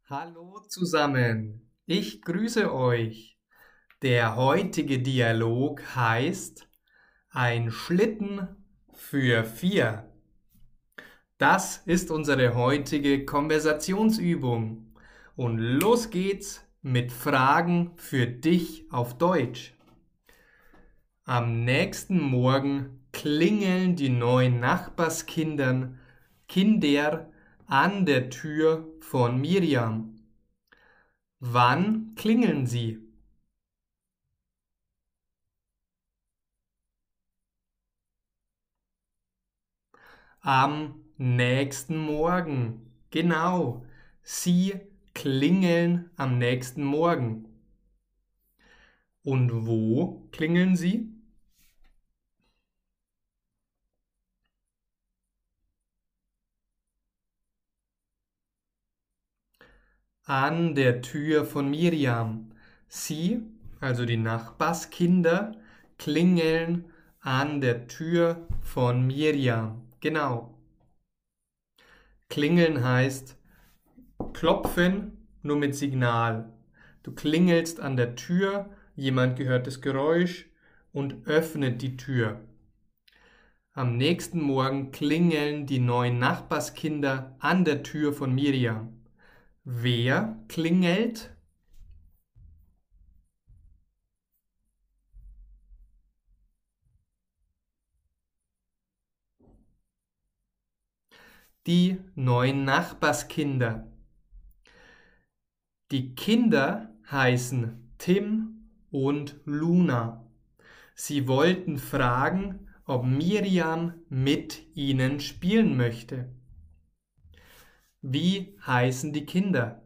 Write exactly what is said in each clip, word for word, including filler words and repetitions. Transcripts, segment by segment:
Hallo zusammen, ich grüße euch. Der heutige Dialog heißt Ein Schlitten für vier. Das ist unsere heutige Konversationsübung. Und los geht's mit Fragen für dich auf Deutsch. Am nächsten Morgen klingeln die neuen Nachbarskindern Kinder an der Tür von Miriam. Wann klingeln sie? Am nächsten Morgen. Genau. Sie klingeln am nächsten Morgen. Und wo klingeln sie? An der Tür von Miriam. Sie, also die Nachbarskinder, klingeln an der Tür von Miriam. Genau. Klingeln heißt klopfen, nur mit Signal. Du klingelst an der Tür, jemand hört das Geräusch und öffnet die Tür. Am nächsten Morgen klingeln die neuen Nachbarskinder an der Tür von Miriam. Wer klingelt? Die neuen Nachbarskinder. Die Kinder heißen Tim und Luna. Sie wollten fragen, ob Miriam mit ihnen spielen möchte. Wie heißen die Kinder?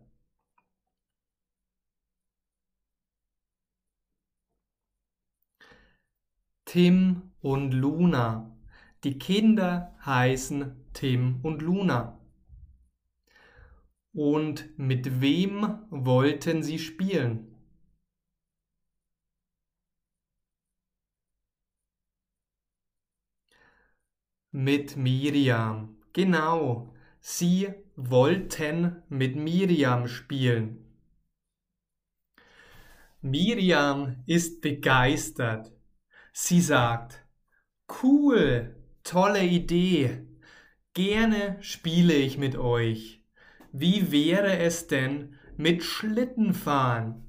Tim und Luna. Die Kinder heißen Tim und Luna. Und mit wem wollten sie spielen? Mit Miriam. Genau. Sie wollten mit Miriam spielen. Miriam ist begeistert. Sie sagt, cool, tolle Idee. Gerne spiele ich mit euch. Wie wäre es denn mit Schlittenfahren?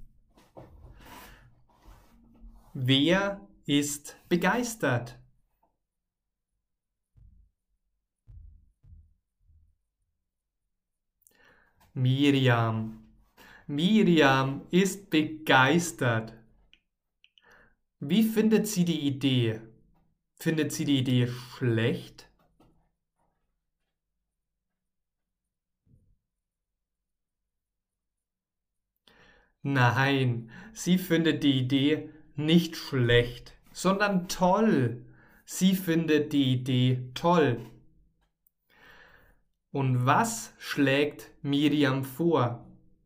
Wer ist begeistert? Miriam. Miriam ist begeistert. Wie findet sie die Idee? Findet sie die Idee schlecht? Nein, sie findet die Idee nicht schlecht, sondern toll. Sie findet die Idee toll. Und was schlägt Miriam vor?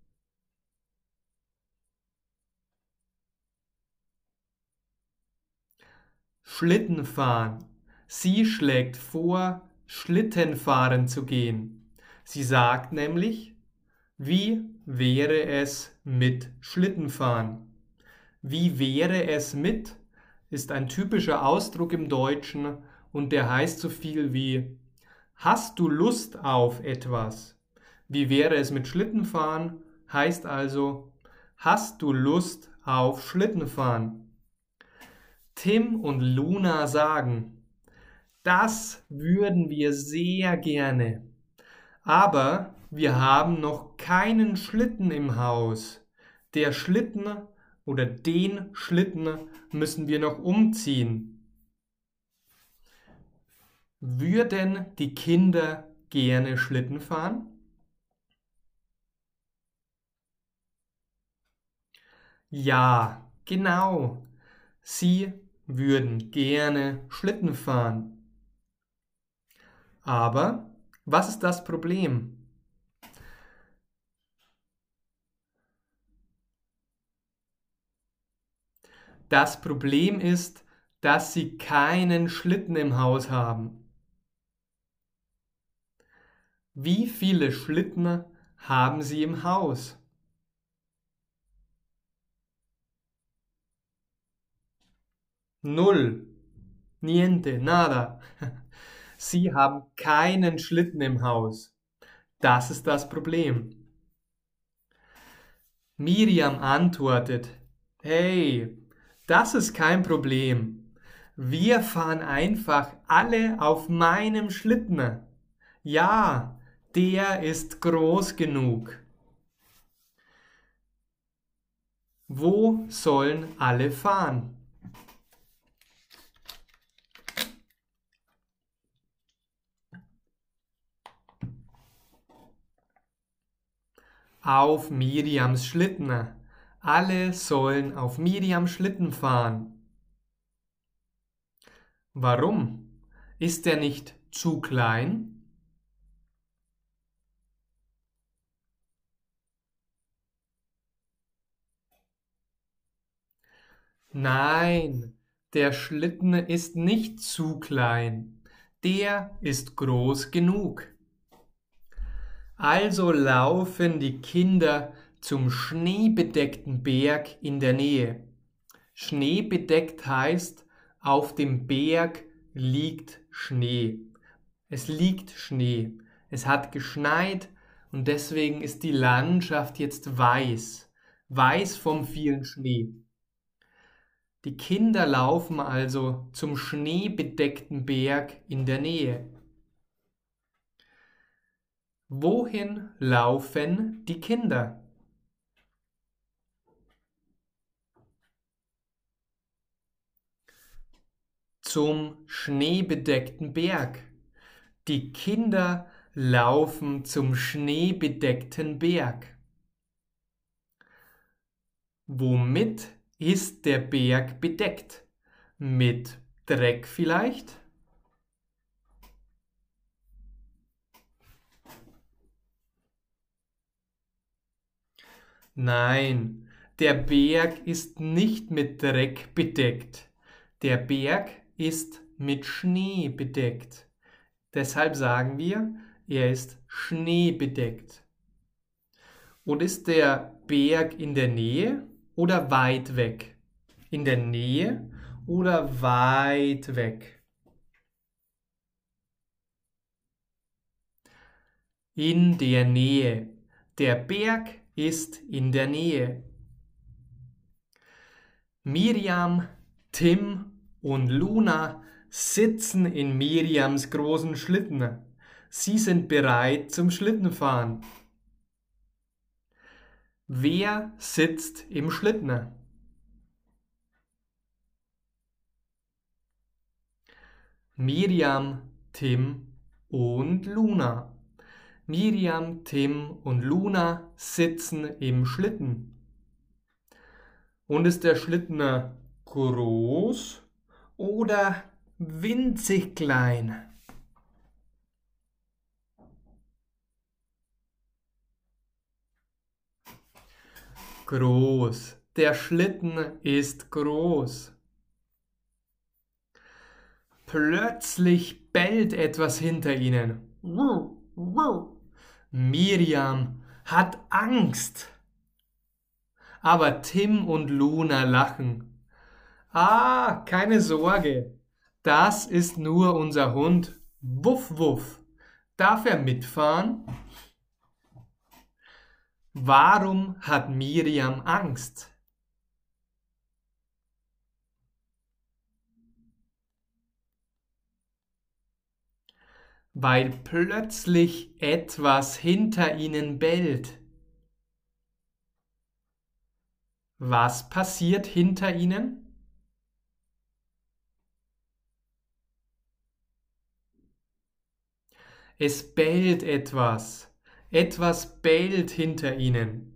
Schlittenfahren. Sie schlägt vor, Schlittenfahren zu gehen. Sie sagt nämlich, wie wäre es mit Schlittenfahren? Wie wäre es mit ist ein typischer Ausdruck im Deutschen und der heißt so viel wie Hast du Lust auf etwas? Wie wäre es mit Schlittenfahren? Heißt also Hast du Lust auf Schlittenfahren? Tim und Luna sagen, das würden wir sehr gerne. Aber wir haben noch keinen Schlitten im Haus. Der Schlitten oder den Schlitten müssen wir noch umziehen. Würden die Kinder gerne Schlitten fahren? Ja, genau. Sie würden gerne Schlitten fahren. Aber was ist das Problem? Das Problem ist, dass sie keinen Schlitten im Haus haben. Wie viele Schlitten haben Sie im Haus? Null. Niente, nada. Sie haben keinen Schlitten im Haus. Das ist das Problem. Miriam antwortet, hey, das ist kein Problem. Wir fahren einfach alle auf meinem Schlitten. Ja, der ist groß genug. Wo sollen alle fahren? Auf Miriams Schlitten. Alle sollen auf Miriams Schlitten fahren. Warum? Ist er nicht zu klein? Nein, der Schlitten ist nicht zu klein. Der ist groß genug. Also laufen die Kinder zum schneebedeckten Berg in der Nähe. Schneebedeckt heißt, auf dem Berg liegt Schnee. Es liegt Schnee. Es hat geschneit und deswegen ist die Landschaft jetzt weiß. Weiß vom vielen Schnee. Die Kinder laufen also zum schneebedeckten Berg in der Nähe. Wohin laufen die Kinder? Zum schneebedeckten Berg. Die Kinder laufen zum schneebedeckten Berg. Womit ist der Berg bedeckt? Mit Dreck vielleicht? Nein, der Berg ist nicht mit Dreck bedeckt. Der Berg ist mit Schnee bedeckt. Deshalb sagen wir, er ist schneebedeckt. Und ist der Berg in der Nähe oder weit weg? In der Nähe oder weit weg? In der Nähe. Der Berg ist in der Nähe. Miriam, Tim und Luna sitzen in Miriams großen Schlitten. Sie sind bereit zum Schlittenfahren. Wer sitzt im Schlitten? Miriam, Tim und Luna. Miriam, Tim und Luna sitzen im Schlitten. Und ist der Schlitten groß oder winzig klein? Groß. Der Schlitten ist groß. Plötzlich bellt etwas hinter ihnen. Miriam hat Angst. Aber Tim und Luna lachen. Ah, keine Sorge. Das ist nur unser Hund. Wuff, wuff. Darf er mitfahren? Warum hat Miriam Angst? Weil plötzlich etwas hinter ihnen bellt. Was passiert hinter ihnen? Es bellt etwas. Etwas bellt hinter ihnen.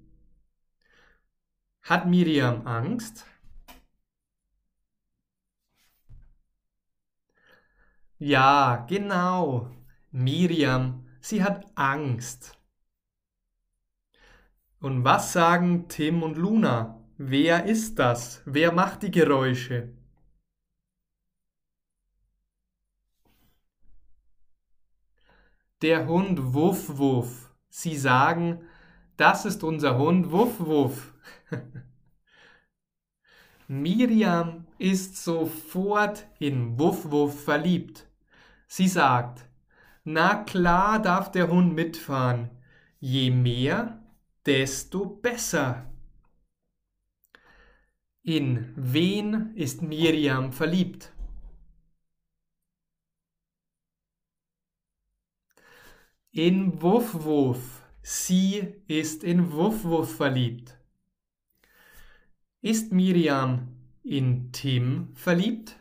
Hat Miriam Angst? Ja, genau. Miriam, sie hat Angst. Und was sagen Tim und Luna? Wer ist das? Wer macht die Geräusche? Der Hund Wuff Wuff. Sie sagen, Das ist unser Hund Wuff Wuff. Miriam ist sofort in Wuff Wuff verliebt. Sie sagt, na klar darf der Hund mitfahren. Je mehr, desto besser. In wen ist Miriam verliebt? In Wuff Wuff. Sie ist in Wuff Wuff verliebt. Ist Miriam in Tim verliebt?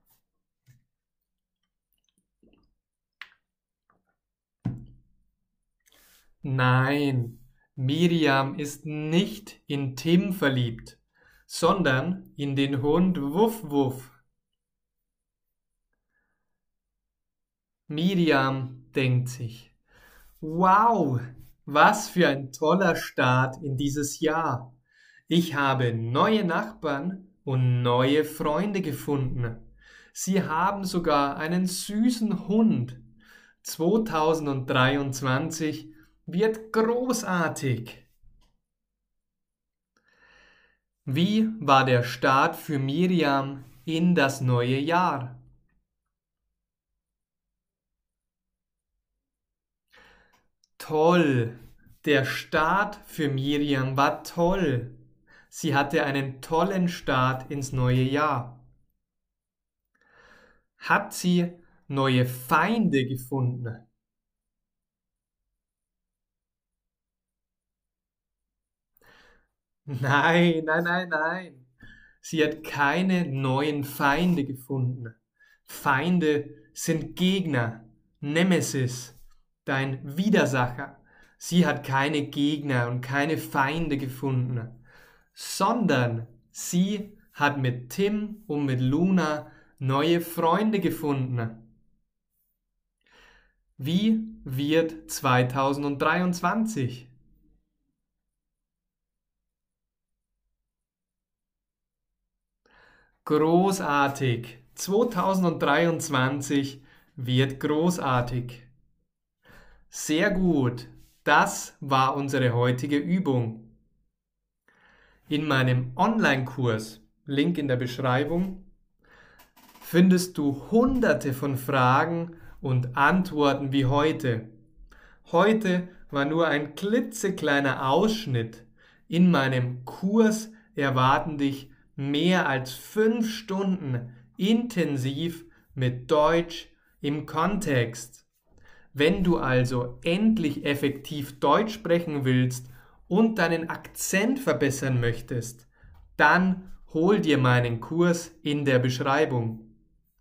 Nein, Miriam ist nicht in Tim verliebt, sondern in den Hund Wuff Wuff. Miriam denkt sich, wow, was für ein toller Start in dieses Jahr. Ich habe neue Nachbarn und neue Freunde gefunden. Sie haben sogar einen süßen Hund. zweitausenddreiundzwanzig wird großartig. Wie war der Start für Miriam in das neue Jahr? Toll! Der Start für Miriam war toll. Sie hatte einen tollen Start ins neue Jahr. Hat sie neue Feinde gefunden? Nein, nein, nein, nein. Sie hat keine neuen Feinde gefunden. Feinde sind Gegner, Nemesis, dein Widersacher. Sie hat keine Gegner und keine Feinde gefunden, sondern sie hat mit Tim und mit Luna neue Freunde gefunden. Wie wird zweitausenddreiundzwanzig? Großartig. zweitausenddreiundzwanzig wird großartig. Sehr gut. Das war unsere heutige Übung. In meinem Online-Kurs, Link in der Beschreibung, findest du hunderte von Fragen und Antworten wie heute. Heute war nur ein klitzekleiner Ausschnitt. In meinem Kurs erwarten dich mehr als fünf Stunden intensiv mit Deutsch im Kontext. Wenn du also endlich effektiv Deutsch sprechen willst und deinen Akzent verbessern möchtest, dann hol dir meinen Kurs in der Beschreibung.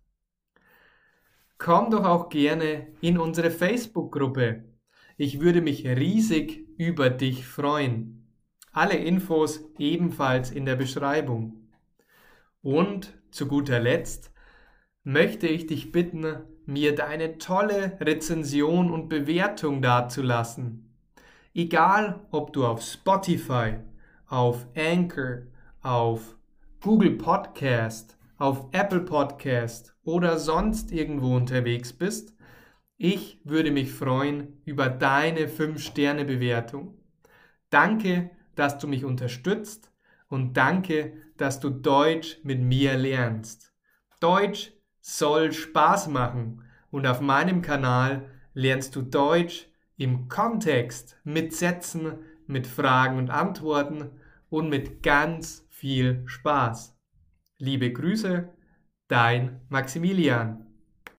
Komm doch auch gerne in unsere Facebook-Gruppe. Ich würde mich riesig über dich freuen. Alle Infos ebenfalls in der Beschreibung. Und zu guter Letzt möchte ich dich bitten, mir deine tolle Rezension und Bewertung dazulassen. Egal, ob du auf Spotify, auf Anchor, auf Google Podcast, auf Apple Podcast oder sonst irgendwo unterwegs bist, ich würde mich freuen über deine fünf Sterne Bewertung. Danke, dass du mich unterstützt und danke, dass du Deutsch mit mir lernst. Deutsch soll Spaß machen und auf meinem Kanal lernst du Deutsch im Kontext mit Sätzen, mit Fragen und Antworten und mit ganz viel Spaß. Liebe Grüße, dein Maximilian.